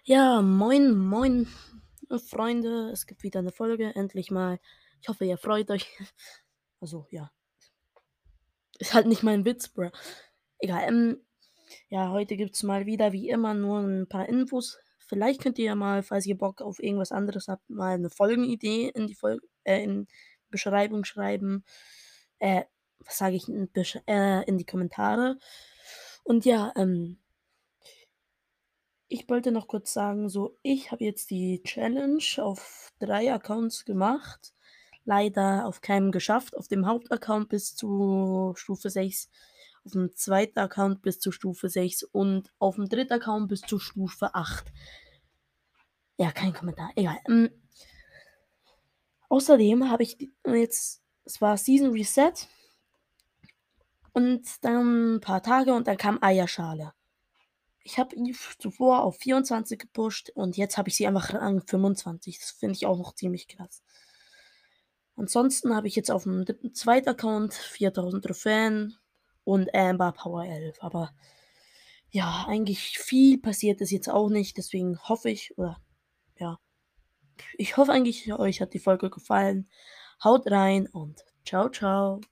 Ja, moin, moin, Freunde. Es gibt wieder eine Folge, endlich mal. Ich hoffe, ihr freut euch. Also, ja, ist halt nicht mein Witz, Bro. Egal, ja, heute gibt's mal wieder wie immer nur ein paar Infos. Vielleicht könnt ihr ja mal, falls ihr Bock auf irgendwas anderes habt, mal eine Folgenidee in Beschreibung schreiben. Was sage ich? In die Kommentare. Und ja, ich wollte noch kurz sagen, so, ich habe jetzt die Challenge auf 3 Accounts gemacht, leider auf keinem geschafft. Auf dem Hauptaccount bis zu Stufe 6, auf dem zweiten Account bis zu Stufe 6 und auf dem dritten Account bis zu Stufe 8. Ja, kein Kommentar, egal. Außerdem habe ich jetzt, es war Season Reset und dann ein paar Tage und dann kam Eierschale. Ich habe Eve zuvor auf 24 gepusht und jetzt habe ich sie einfach Rang 25. Das finde ich auch noch ziemlich krass. Ansonsten habe ich jetzt auf dem zweiten Account 4000 Trophäen und Amber Power 11. Aber ja, eigentlich viel passiert ist jetzt auch nicht. Deswegen hoffe ich, oder ja, ich hoffe eigentlich, euch hat die Folge gefallen. Haut rein und ciao, ciao.